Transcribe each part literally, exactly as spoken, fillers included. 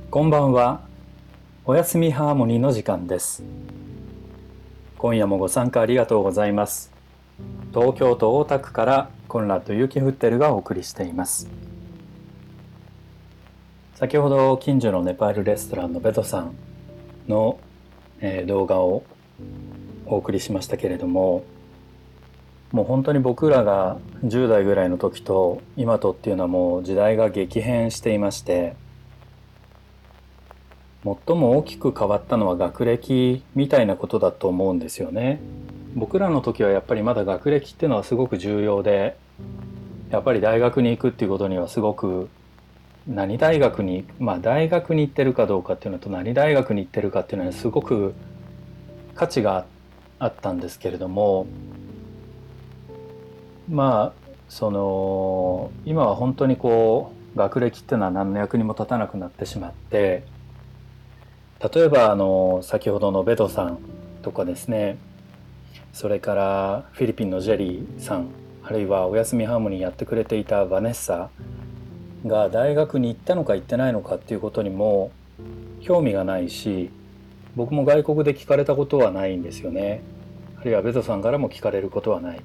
こんばんは。おやすみハーモニーの時間です。今夜もご参加ありがとうございます。東京都大田区からコンラッド・ユキフッテルがお送りしています。先ほど近所のネパールレストランのベトさんの、えー動画をお送りしましたけれども、もう本当に僕らがじゅう代ぐらいの時と今とっていうのはもう時代が激変していまして、最も大きく変わったのは学歴みたいなことだと思うんですよね。僕らの時はやっぱりまだ学歴っていうのはすごく重要で、やっぱり大学に行くっていうことにはすごく、何大学に、まあ大学に行ってるかどうかっていうのと何大学に行ってるかっていうのはすごく価値があったんですけれども、まあその今は本当にこう学歴っていうのは何の役にも立たなくなってしまって、例えばあの先ほどのベドさんとかですね、それからフィリピンのジェリーさん、あるいはおやすみハーモニーやってくれていたバネッサが大学に行ったのか行ってないのかっていうことにも興味がないし、僕も外国で聞かれたことはないんですよね。あるいはベトさんからも聞かれることはない。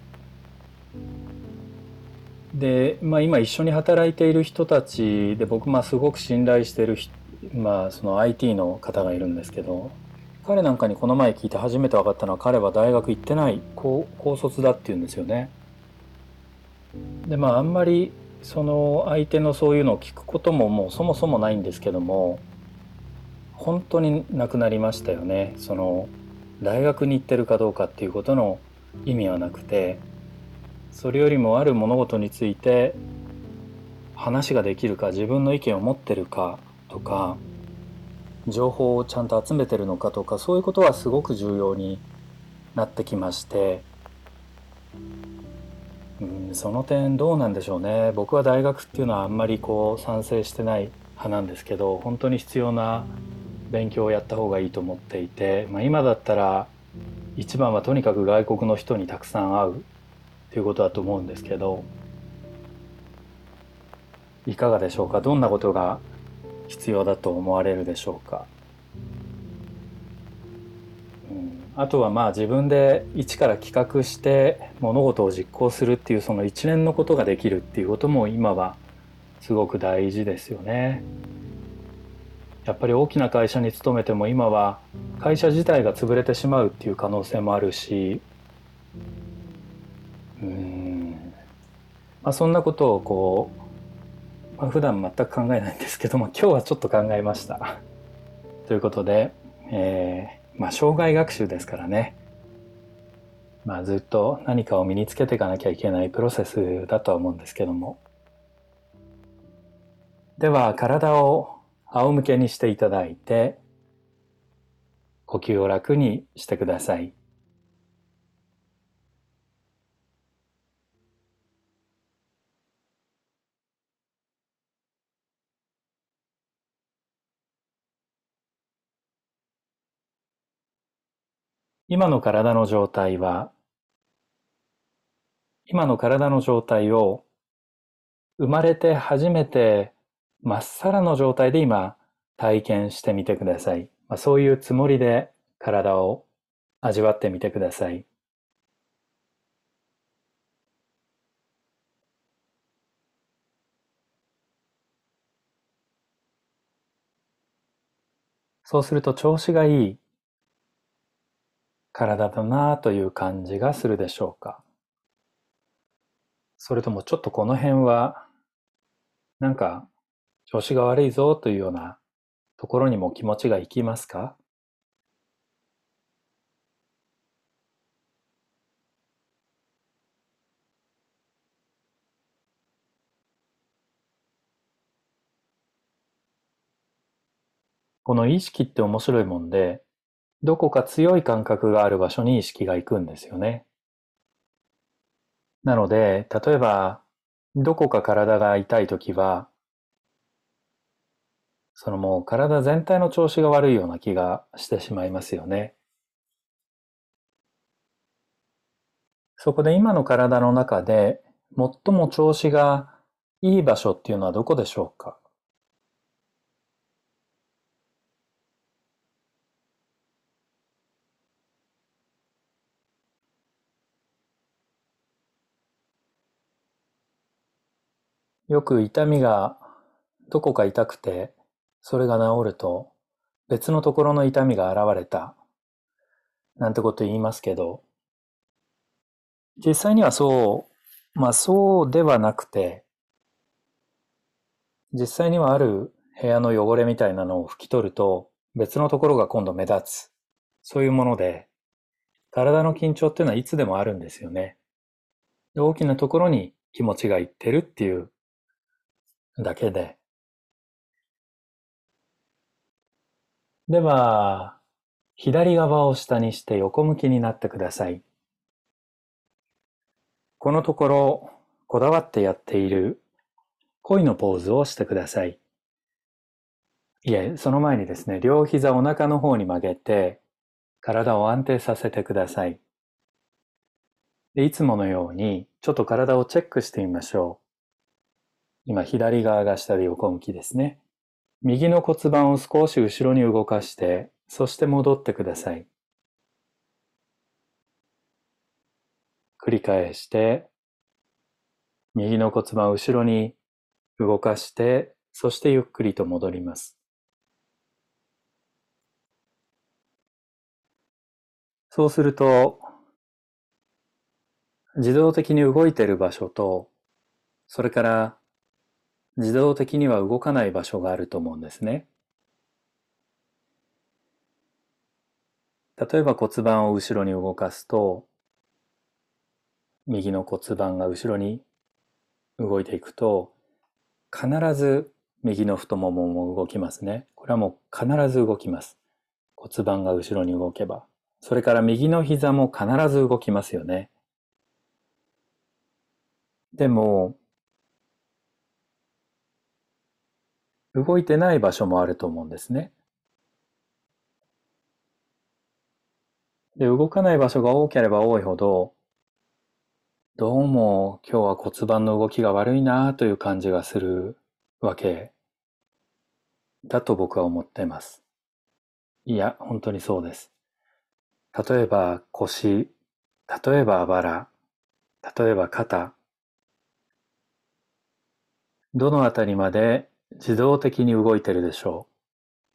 で、まあ、今一緒に働いている人たちで僕まあすごく信頼している、まあ、その アイティー の方がいるんですけど、彼なんかにこの前聞いて初めて分かったのは、彼は大学行ってない、高高卒だっていうんですよね。でまああんまりその相手のそういうのを聞くことももうそもそもないんですけども、本当になくなりましたよね。その大学に行ってるかどうかっていうことの意味はなくて、それよりもある物事について話ができるか、自分の意見を持ってるかとか、情報をちゃんと集めてるのかとか、そういうことはすごく重要になってきまして、うん、その点どうなんでしょうね。僕は大学っていうのはあんまりこう賛成してない派なんですけど、本当に必要な勉強をやった方がいいと思っていて、まあ、今だったら一番はとにかく外国の人にたくさん会うということだと思うんですけど、いかがでしょうか。どんなことが必要だと思われるでしょうか。うん、あとはまあ自分で一から企画して物事を実行するっていう、その一連のことができるっていうことも今はすごく大事ですよね。やっぱり大きな会社に勤めても今は会社自体が潰れてしまうっていう可能性もあるし、うーん、まあ、そんなことをこう、まあ、普段全く考えないんですけども、今日はちょっと考えました。ということで、えー、まあ生涯学習ですからね。まあずっと何かを身につけていかなきゃいけないプロセスだとは思うんですけども。では体を仰向けにしていただいて、呼吸を楽にしてください。今の体の状態は、今の体の状態を生まれて初めてまっさらの状態で今体験してみてください。まあ、そういうつもりで体を味わってみてください。そうすると調子がいい体だなという感じがするでしょうか。それともちょっとこの辺はなんか調子が悪いぞというようなところにも気持ちがいきますか？この意識って面白いもんで、どこか強い感覚がある場所に意識が行くんですよね。なので、例えば、どこか体が痛いときは、そのもう体全体の調子が悪いような気がしてしまいますよね。そこで今の体の中で最も調子がいい場所っていうのはどこでしょうか？ よく痛みがどこか痛くて、それが治ると別のところの痛みが現れたなんてこと言いますけど、実際にはそう、まあそうではなくて、実際にはある部屋の汚れみたいなのを拭き取ると別のところが今度目立つ。そういうもので、体の緊張っていうのはいつでもあるんですよね。で、大きなところに気持ちがいってるっていうだけで。では、左側を下にして横向きになってください。このところ、こだわってやっている恋のポーズをしてください。いえ、その前にですね、両膝お腹の方に曲げて、体を安定させてください。で、いつものように、ちょっと体をチェックしてみましょう。今、左側が下で横向きですね。右の骨盤を少し後ろに動かして、そして戻ってください。繰り返して、右の骨盤を後ろに動かして、そしてゆっくりと戻ります。そうすると、自動的に動いている場所と、それから自動的には動かない場所があると思うんですね。例えば骨盤を後ろに動かすと、右の骨盤が後ろに動いていくと、必ず右の太ももも動きますね。これはもう必ず動きます。骨盤が後ろに動けば。それから右の膝も必ず動きますよね。でも、動いてない場所もあると思うんですね。で、動かない場所が多ければ多いほど、どうも今日は骨盤の動きが悪いなという感じがするわけだと僕は思っています。いや、本当にそうです。例えば腰、例えばあばら、例えば肩、どのあたりまで自動的に動いているでしょう。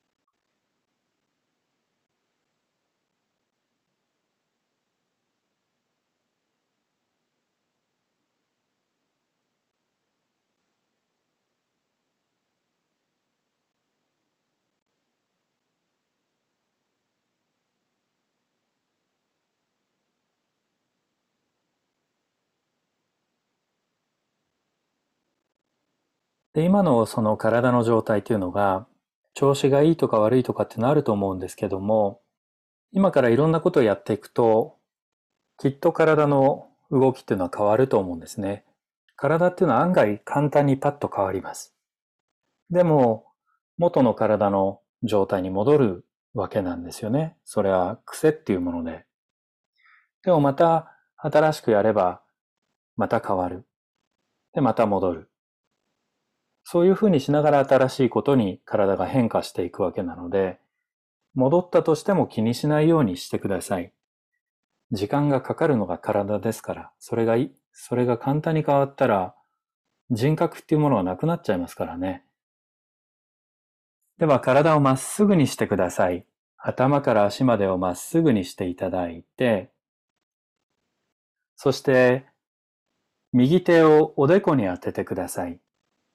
で、今のその体の状態というのが、調子がいいとか悪いとかっていうのあると思うんですけども、今からいろんなことをやっていくと、きっと体の動きっていうのは変わると思うんですね。体っていうのは案外簡単にパッと変わります。でも、元の体の状態に戻るわけなんですよね。それは癖っていうもので。でもまた新しくやれば、また変わる。で、また戻る。そういうふうにしながら新しいことに体が変化していくわけなので、戻ったとしても気にしないようにしてください。時間がかかるのが体ですから、それがいい、それが簡単に変わったら、人格っていうものはなくなっちゃいますからね。では体をまっすぐにしてください。頭から足までをまっすぐにしていただいて、そして右手をおでこに当ててください。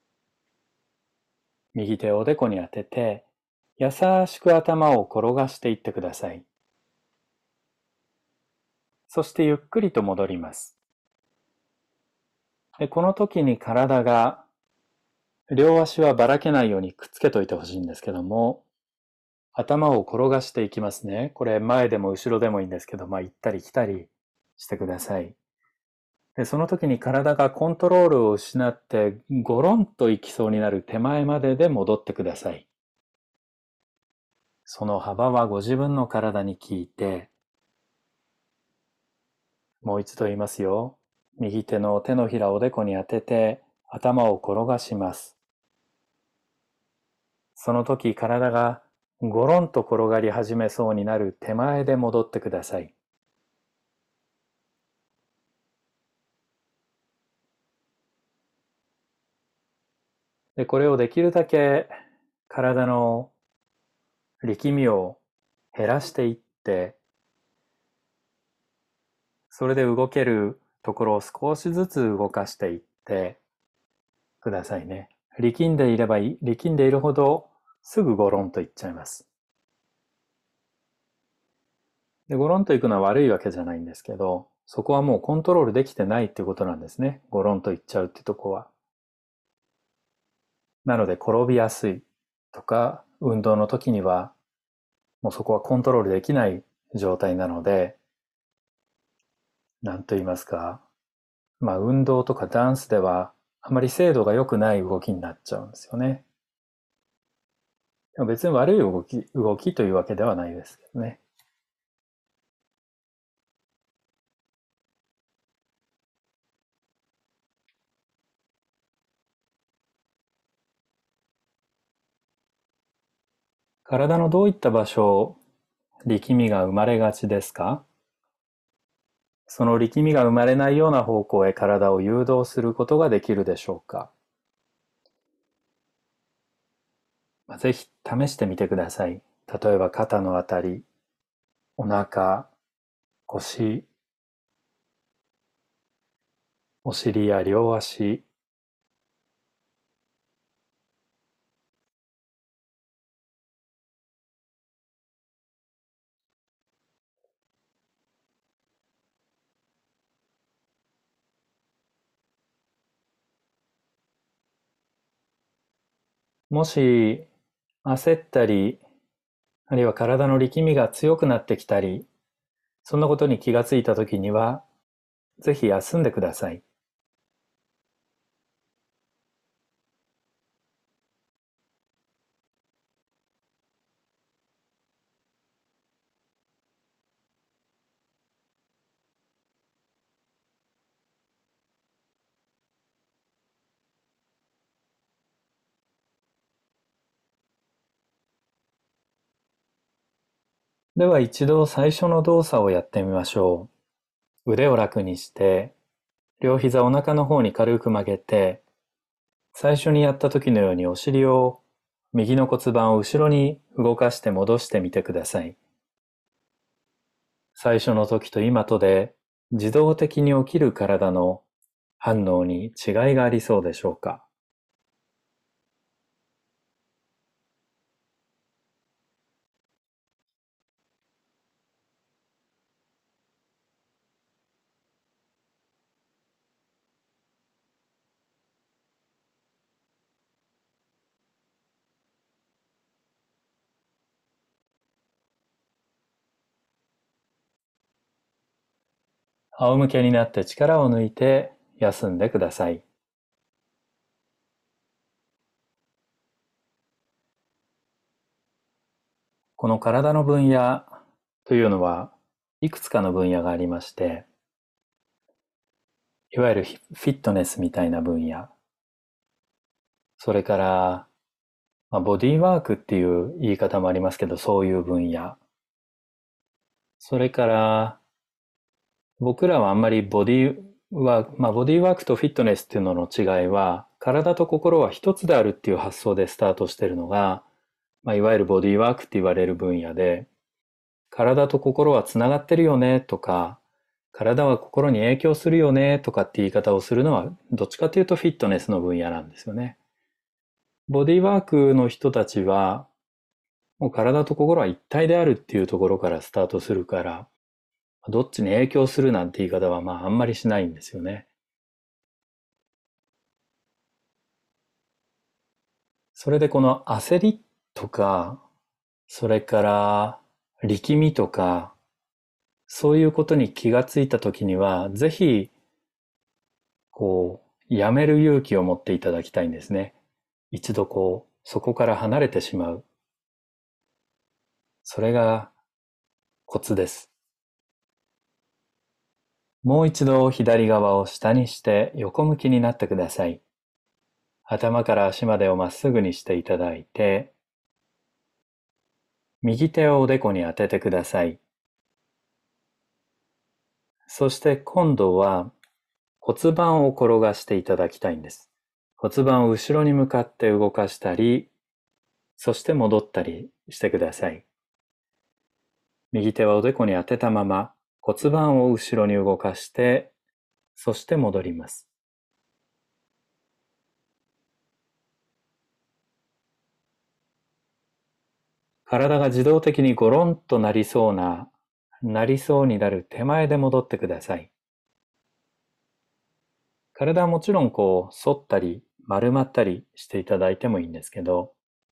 右手をおでこに当てて、優しく頭を転がしていってください。そしてゆっくりと戻ります。で、この時に体が、両足はばらけないようにくっつけといてほしいんですけども、頭を転がしていきますね。これ前でも後ろでもいいんですけど、まあ行ったり来たりしてください。で、その時に体がコントロールを失ってゴロンと行きそうになる手前までで戻ってください。その幅はご自分の体に効いて、もう一度言いますよ。右手の手のひらをおでこに当てて頭を転がします。その時体がゴロンと転がり始めそうになる手前で戻ってください。 で、これをできるだけ体の力みを減らしていって、それで動けるところを少しずつ動かしていってくださいね。力んでいればいい、力んでいるほどすぐゴロンといっちゃいます。で、ゴロンといくのは悪いわけじゃないんですけど、そこはもうコントロールできてないってことなんですね。ゴロンといっちゃうってとこは。なので転びやすいとか、運動の時にはもうそこはコントロールできない状態なので、なんと言いますか、まあ運動とかダンスではあまり精度が良くない動きになっちゃうんですよね。でも別に悪い動き、動きというわけではないですけどね。体のどういった場所、力みが生まれがちですか？その力みが生まれないような方向へ体を誘導することができるでしょうか？ぜひ試してみてください。例えば肩のあたり、お腹、腰、お尻や両足、もし焦ったり、あるいは体の力みが強くなってきたり、そんなことに気がついたときには、ぜひ休んでください。では一度最初の動作をやってみましょう。腕を楽にして、両膝お腹の方に軽く曲げて、最初にやった時のようにお尻を、右の骨盤を後ろに動かして戻してみてください。最初の時と今とで自動的に起きる体の反応に違いがありそうでしょうか？仰向けになって力を抜いて休んでください。この体の分野というのはいくつかの分野がありまして、いわゆるフィットネスみたいな分野、それから、まあ、ボディーワークっていう言い方もありますけど、そういう分野、それから僕らはあんまりボディーワーク、まあボディーワークとフィットネスっていうのの違いは、体と心は一つであるっていう発想でスタートしているのが、まあ、いわゆるボディーワークって言われる分野で、体と心はつながってるよねとか、体は心に影響するよねとかって言い方をするのは、どっちかというとフィットネスの分野なんですよね。ボディーワークの人たちは、もう体と心は一体であるっていうところからスタートするから、どっちに影響するなんて言い方はまああんまりしないんですよね。それでこの焦りとか、それから力みとか、そういうことに気がついたときには、ぜひ、こう、やめる勇気を持っていただきたいんですね。一度こう、そこから離れてしまう。それがコツです。もう一度左側を下にして横向きになってください。頭から足までをまっすぐにしていただいて、右手をおでこに当ててください。そして今度は骨盤を転がしていただきたいんです。 骨盤を後ろに向かって動かしたり、そして戻ったりしてください。右手はおでこに当てたまま骨盤を後ろに動かして、そして戻ります。体が自動的にゴロンとなりそうな、なりそうになる手前で戻ってください。体はもちろんこう反ったり丸まったりしていただいてもいいんですけど、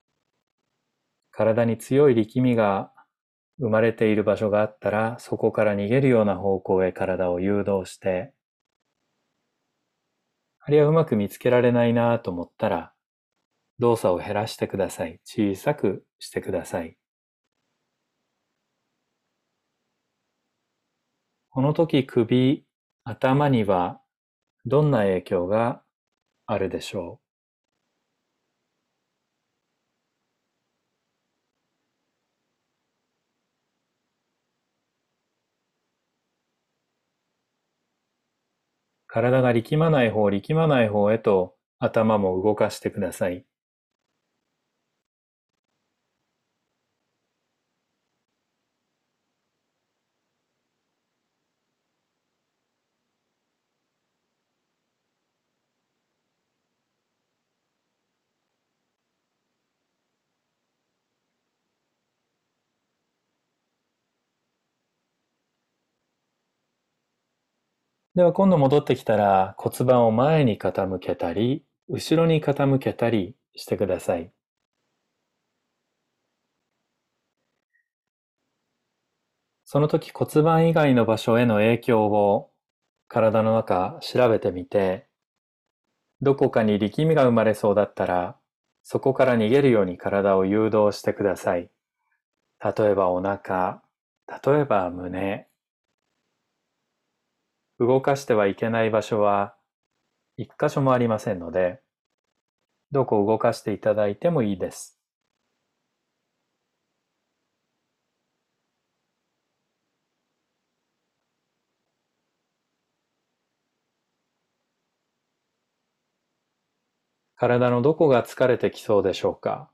体に強い力みが生まれている場所があったら、そこから逃げるような方向へ体を誘導して、あるいはうまく見つけられないなと思ったら、動作を減らしてください。小さくしてください。この時首、頭にはどんな影響があるでしょう。体が力まない方、力まない方へと頭も動かしてください。では今度戻ってきたら骨盤を前に傾けたり、後ろに傾けたりしてください。その時骨盤以外の場所への影響を体の中調べてみて、どこかに力みが生まれそうだったら、そこから逃げるように体を誘導してください。例えばお腹、例えば胸。動かしてはいけない場所は一箇所もありませんので、どこを動かしていただいてもいいです。体のどこが疲れてきそうでしょうか。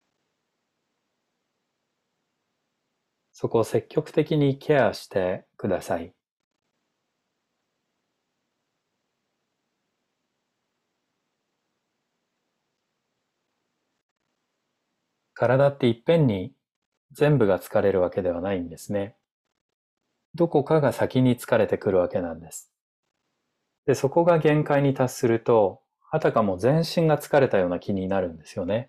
そこを積極的にケアしてください。体っていっぺんに全部が疲れるわけではないんですね。どこかが先に疲れてくるわけなんです。で、そこが限界に達すると、あたかも全身が疲れたような気になるんですよね。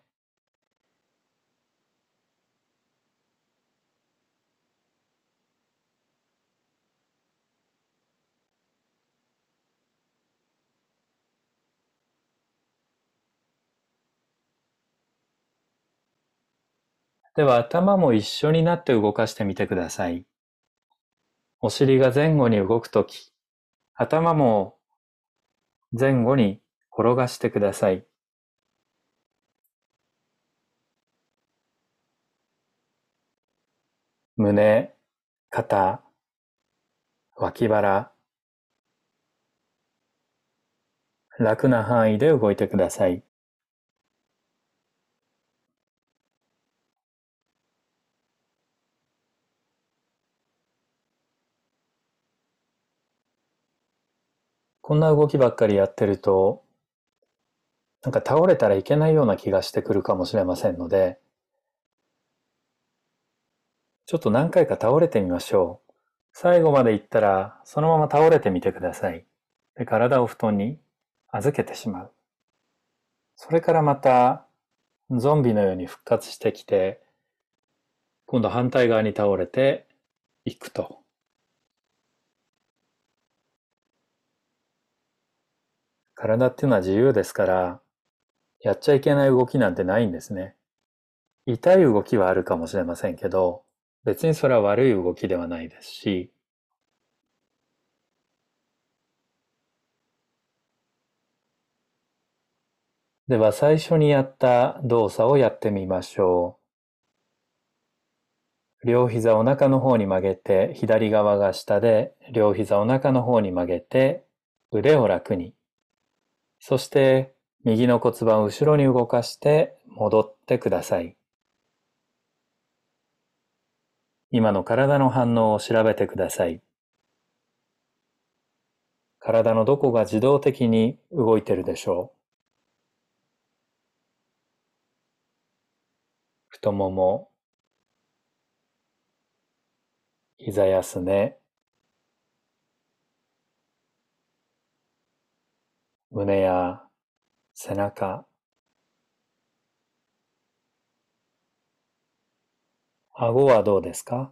では頭も一緒になって動かしてみてください。お尻が前後に動くとき、頭も前後に転がしてください。胸、肩、脇腹、楽な範囲で動いてください。こんな動きばっかりやってると、なんか倒れたらいけないような気がしてくるかもしれませんので、ちょっと何回か倒れてみましょう。最後まで行ったら、そのまま倒れてみてください。で、体を布団に預けてしまう。それからまた、ゾンビのように復活してきて、今度反対側に倒れていくと。体っていうのは自由ですから、やっちゃいけない動きなんてないんですね。痛い動きはあるかもしれませんけど、別にそれは悪い動きではないですし、では最初にやった動作をやってみましょう。両膝お腹の方に曲げて、左側が下で、両膝お腹の方に曲げて、腕を楽に。そして右の骨盤を後ろに動かして戻ってください。今の体の反応を調べてください。体のどこが自動的に動いているでしょう。太もも、膝やすね、胸や背中、顎はどうですか？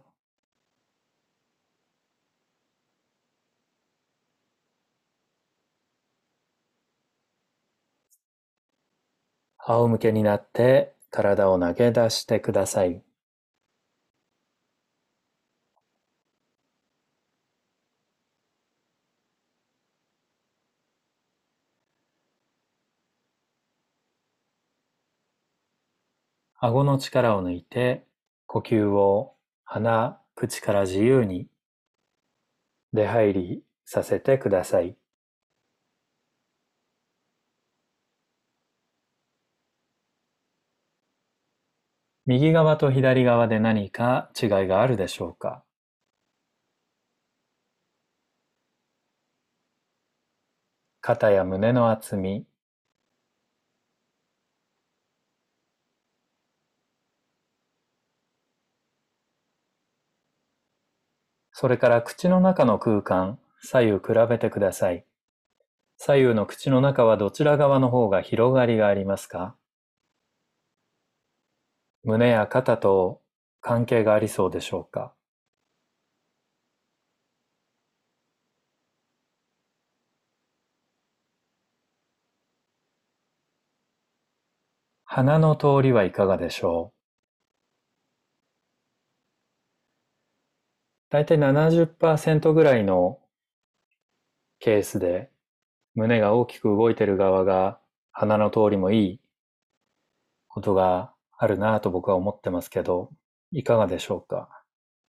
仰向けになって体を投げ出してください。顎の力を抜いて呼吸を鼻、口から自由に出入りさせてください。右側と左側で何か違いがあるでしょうか？肩や胸の厚み、それから口の中の空間、左右比べてください。左右の口の中はどちら側の方が広がりがありますか？胸や肩と関係がありそうでしょうか？鼻の通りはいかがでしょう？だいたい ななじゅっパーセント ぐらいのケースで胸が大きく動いている側が鼻の通りもいいことがあるなぁと僕は思ってますけど、いかがでしょうか？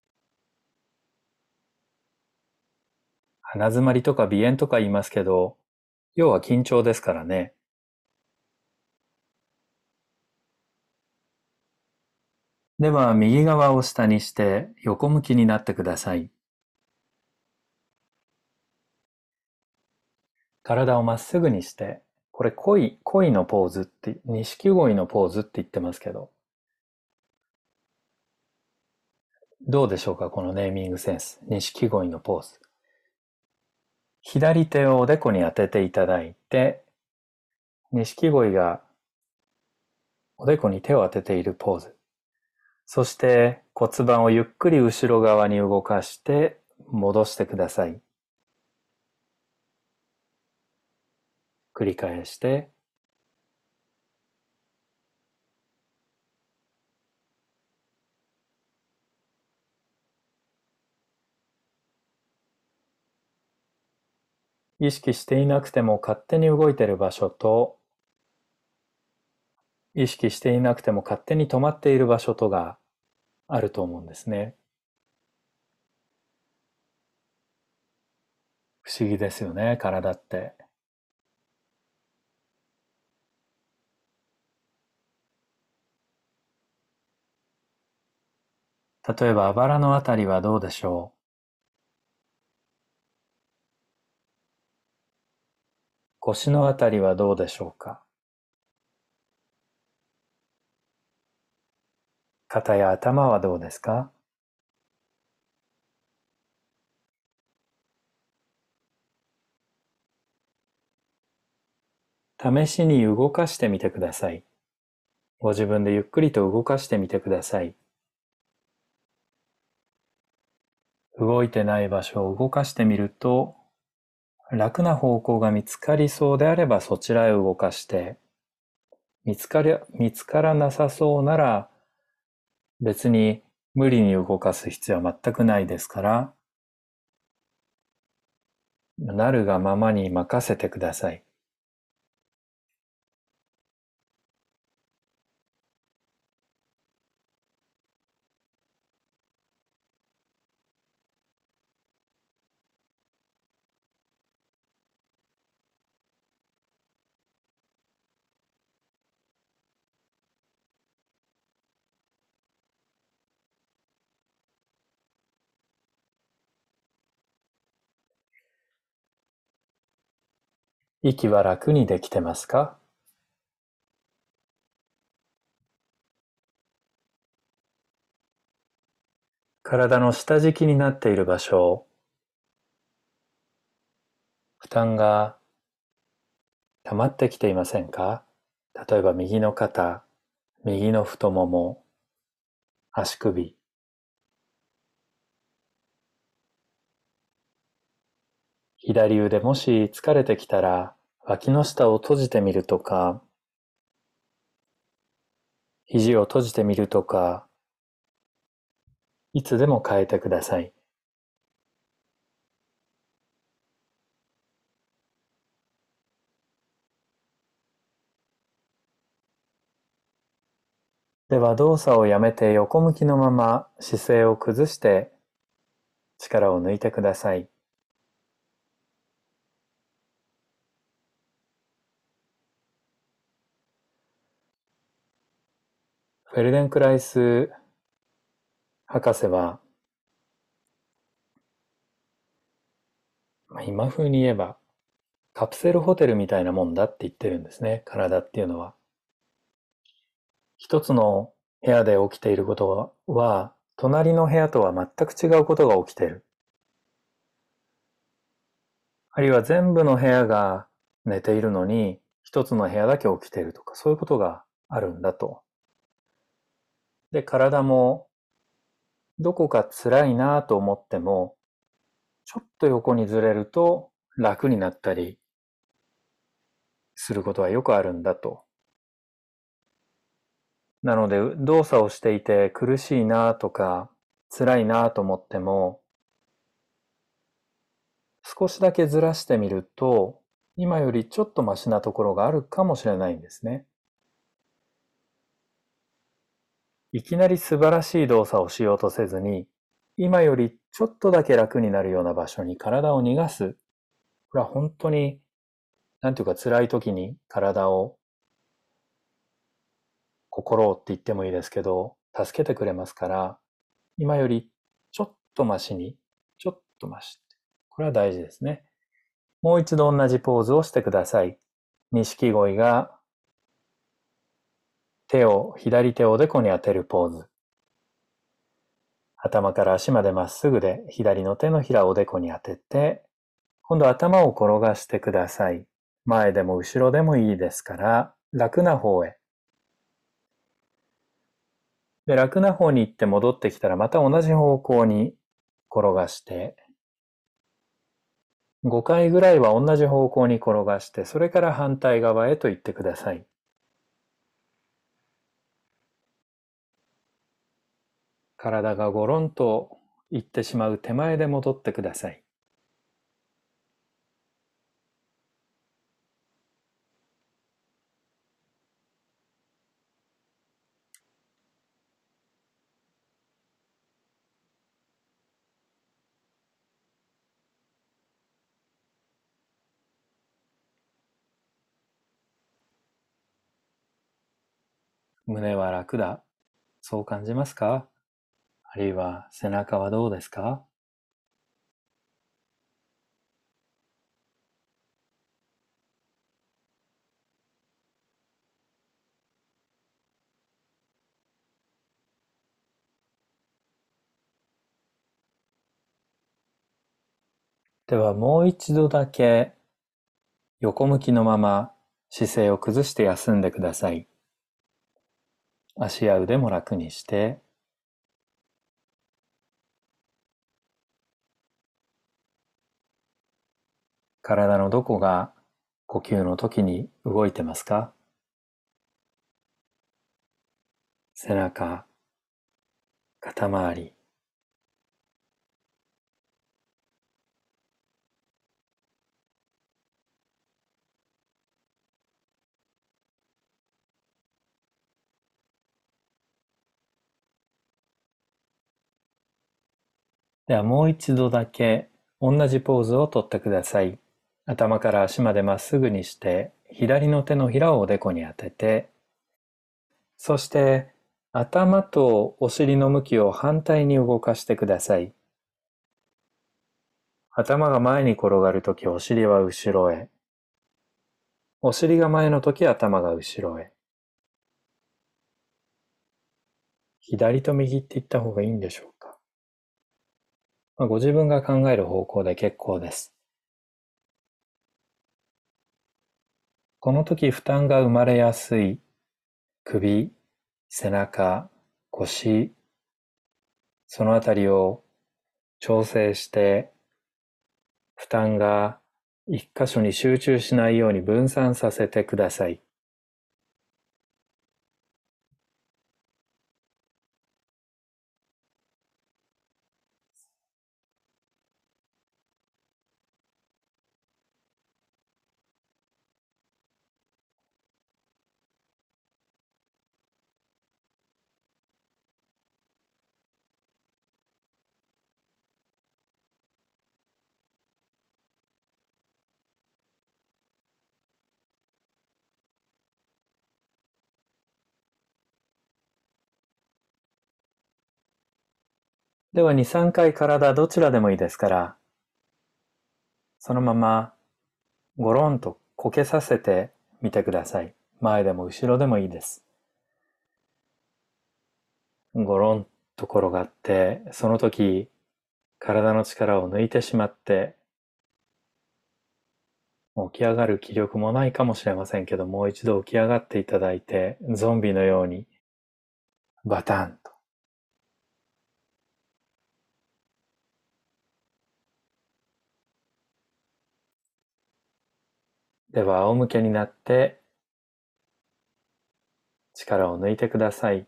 鼻詰まりとか鼻炎とか言いますけど、要は緊張ですからね。では右側を下にして横向きになってください。体をまっすぐにして、これ恋、恋のポーズって、錦鯉のポーズって言ってますけど、どうでしょうかこのネーミングセンス。錦鯉のポーズ。左手をおでこに当てていただいて、錦鯉がおでこに手を当てているポーズ。そして骨盤をゆっくり後ろ側に動かして戻してください。繰り返して、意識していなくても勝手に動いている場所と、意識していなくても勝手に止まっている場所とがあると思うんですね。不思議ですよね、体って。例えば、あばらのあたりはどうでしょう？腰のあたりはどうでしょうか？肩や頭はどうですか？試しに動かしてみてください。ご自分でゆっくりと動かしてみてください。動いてない場所を動かしてみると、楽な方向が見つかりそうであればそちらへ動かして、見つかり、見つからなさそうなら別に無理に動かす必要は全くないですから、なるがままに任せてください。 息は楽にできてますか？体の下敷きになっている場所、負担が溜まってきていませんか？例えば右の肩、右の太もも、足首、左腕もし疲れてきたら脇の下を閉じてみるとか、肘を閉じてみるとか、いつでも変えてください。では動作をやめて横向きのまま姿勢を崩して力を抜いてください。フェルデンクライス博士は、まあ、今風に言えばカプセルホテルみたいなもんだって言ってるんですね、体っていうのは。一つの部屋で起きていることは、隣の部屋とは全く違うことが起きている。あるいは全部の部屋が寝ているのに、一つの部屋だけ起きているとか、そういうことがあるんだと。で、体もどこか辛いなと思っても、ちょっと横にずれると楽になったりすることはよくあるんだと。なので、動作をしていて苦しいなとか、辛いなと思っても、少しだけずらしてみると、今よりちょっとマシなところがあるかもしれないんですね。いきなり素晴らしい動作をしようとせずに、今よりちょっとだけ楽になるような場所に体を逃がす。これは本当に、なんていうか辛い時に体を、心をって言ってもいいですけど、助けてくれますから、今よりちょっとマシに、ちょっとマシ。これは大事ですね。もう一度同じポーズをしてください。錦鯉が手を、左手をおでこに当てるポーズ。頭から足までまっすぐで左の手のひらをおでこに当てて、今度頭を転がしてください。前でも後ろでもいいですから、楽な方へ。で、楽な方に行って戻ってきたらまた同じ方向に転がして、ごかいぐらいは同じ方向に転がして、それから反対側へと行ってください。体がゴロンと行ってしまう手前で戻ってください。胸は楽だ。そう感じますか？あるいは背中はどうですか？ではもう一度だけ横向きのまま姿勢を崩して休んでください。足や腕も楽にして、体のどこが呼吸の時に動いてますか？背中、肩周り。ではもう一度だけ同じポーズをとってください。頭から足までまっすぐにして、左の手のひらをおでこに当てて、そして頭とお尻の向きを反対に動かしてください。頭が前に転がるときお尻は後ろへ。 お尻が前のとき頭が後ろへ。左と右って言った方がいいんでしょうか。まあ、ご自分が考える方向で結構です。この時負担が生まれやすい首、背中、腰、そのあたりを調整して負担が一箇所に集中しないように分散させてください。ではに、さんかい体どちらでもいいですから、そのままゴロンとこけさせてみてください。前でも後ろでもいいです。ゴロンと転がって、その時体の力を抜いてしまって、起き上がる気力もないかもしれませんけど、もう一度起き上がっていただいて、ゾンビのようにバタンと。では仰向けになって力を抜いてください。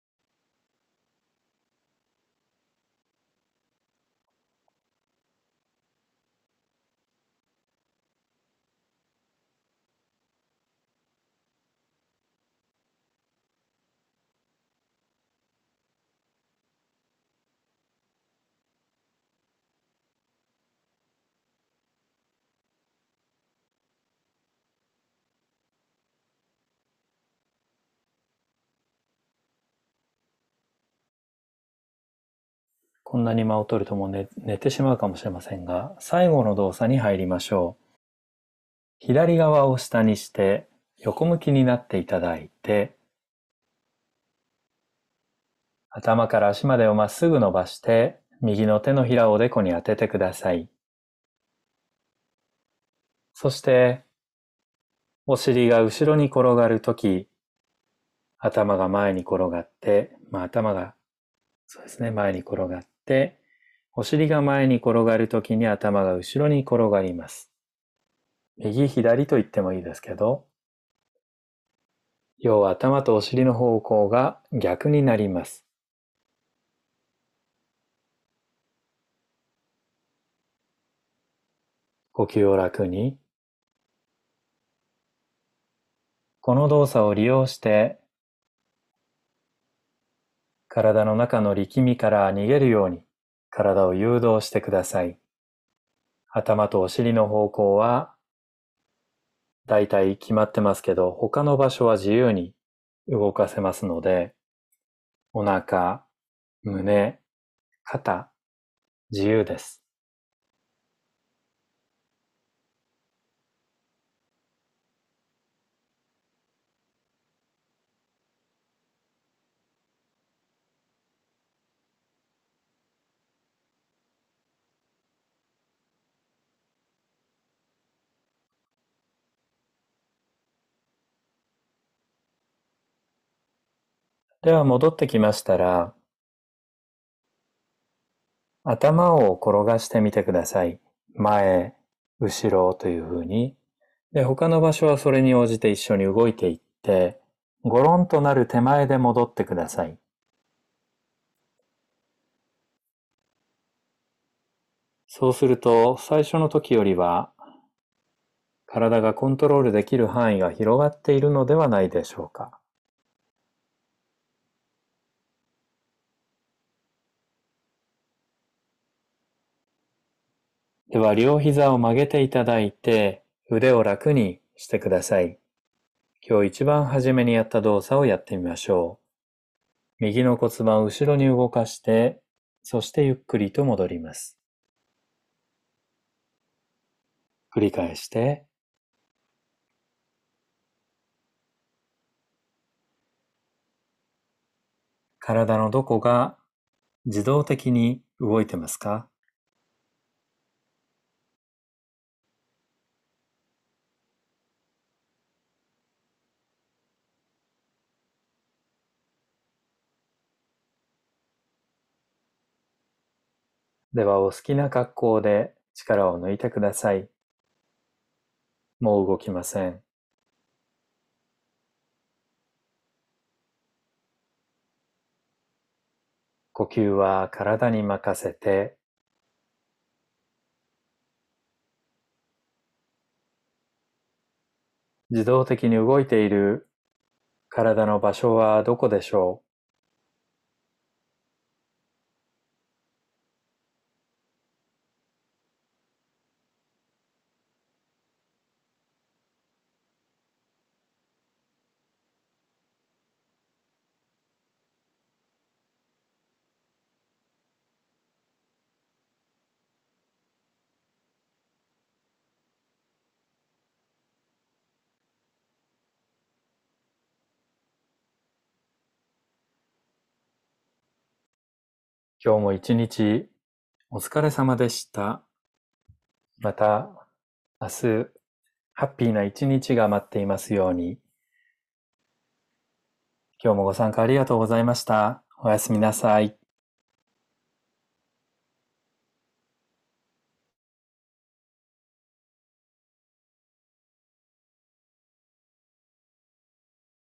こんなに間を取るともう 寝, 寝てしまうかもしれませんが、最後の動作に入りましょう。左側を下にして横向きになっていただいて、頭から足までをまっすぐ伸ばして、右の手のひらをおでこに当ててください。そして、お尻が後ろに転がるとき、頭が前に転がって、まあ、頭が、そうですね、前に転がって、お尻が前に転がるときに頭が後ろに転がります。右左と言ってもいいですけど、要は頭とお尻の方向が逆になります。呼吸を楽に。この動作を利用して、体の中の力みから逃げるように体を誘導してください。頭とお尻の方向はだいたい決まってますけど、他の場所は自由に動かせますので、お腹、胸、肩、自由です。では戻ってきましたら、頭を転がしてみてください。前、後ろというふうに。で、他の場所はそれに応じて一緒に動いていって、ゴロンとなる手前で戻ってください。そうすると、最初の時よりは、体がコントロールできる範囲が広がっているのではないでしょうか。では、両膝を曲げていただいて、腕を楽にしてください。今日一番初めにやった動作をやってみましょう。右の骨盤を後ろに動かして、そしてゆっくりと戻ります。繰り返して、 体のどこが自動的に動いてますか？ではお好きな格好で力を抜いてください。もう動きません。呼吸は体に任せて、自動的に動いている体の場所はどこでしょう？今日も一日お疲れ様でした。また明日ハッピーな一日が待っていますように。今日もご参加ありがとうございました。おやすみなさい。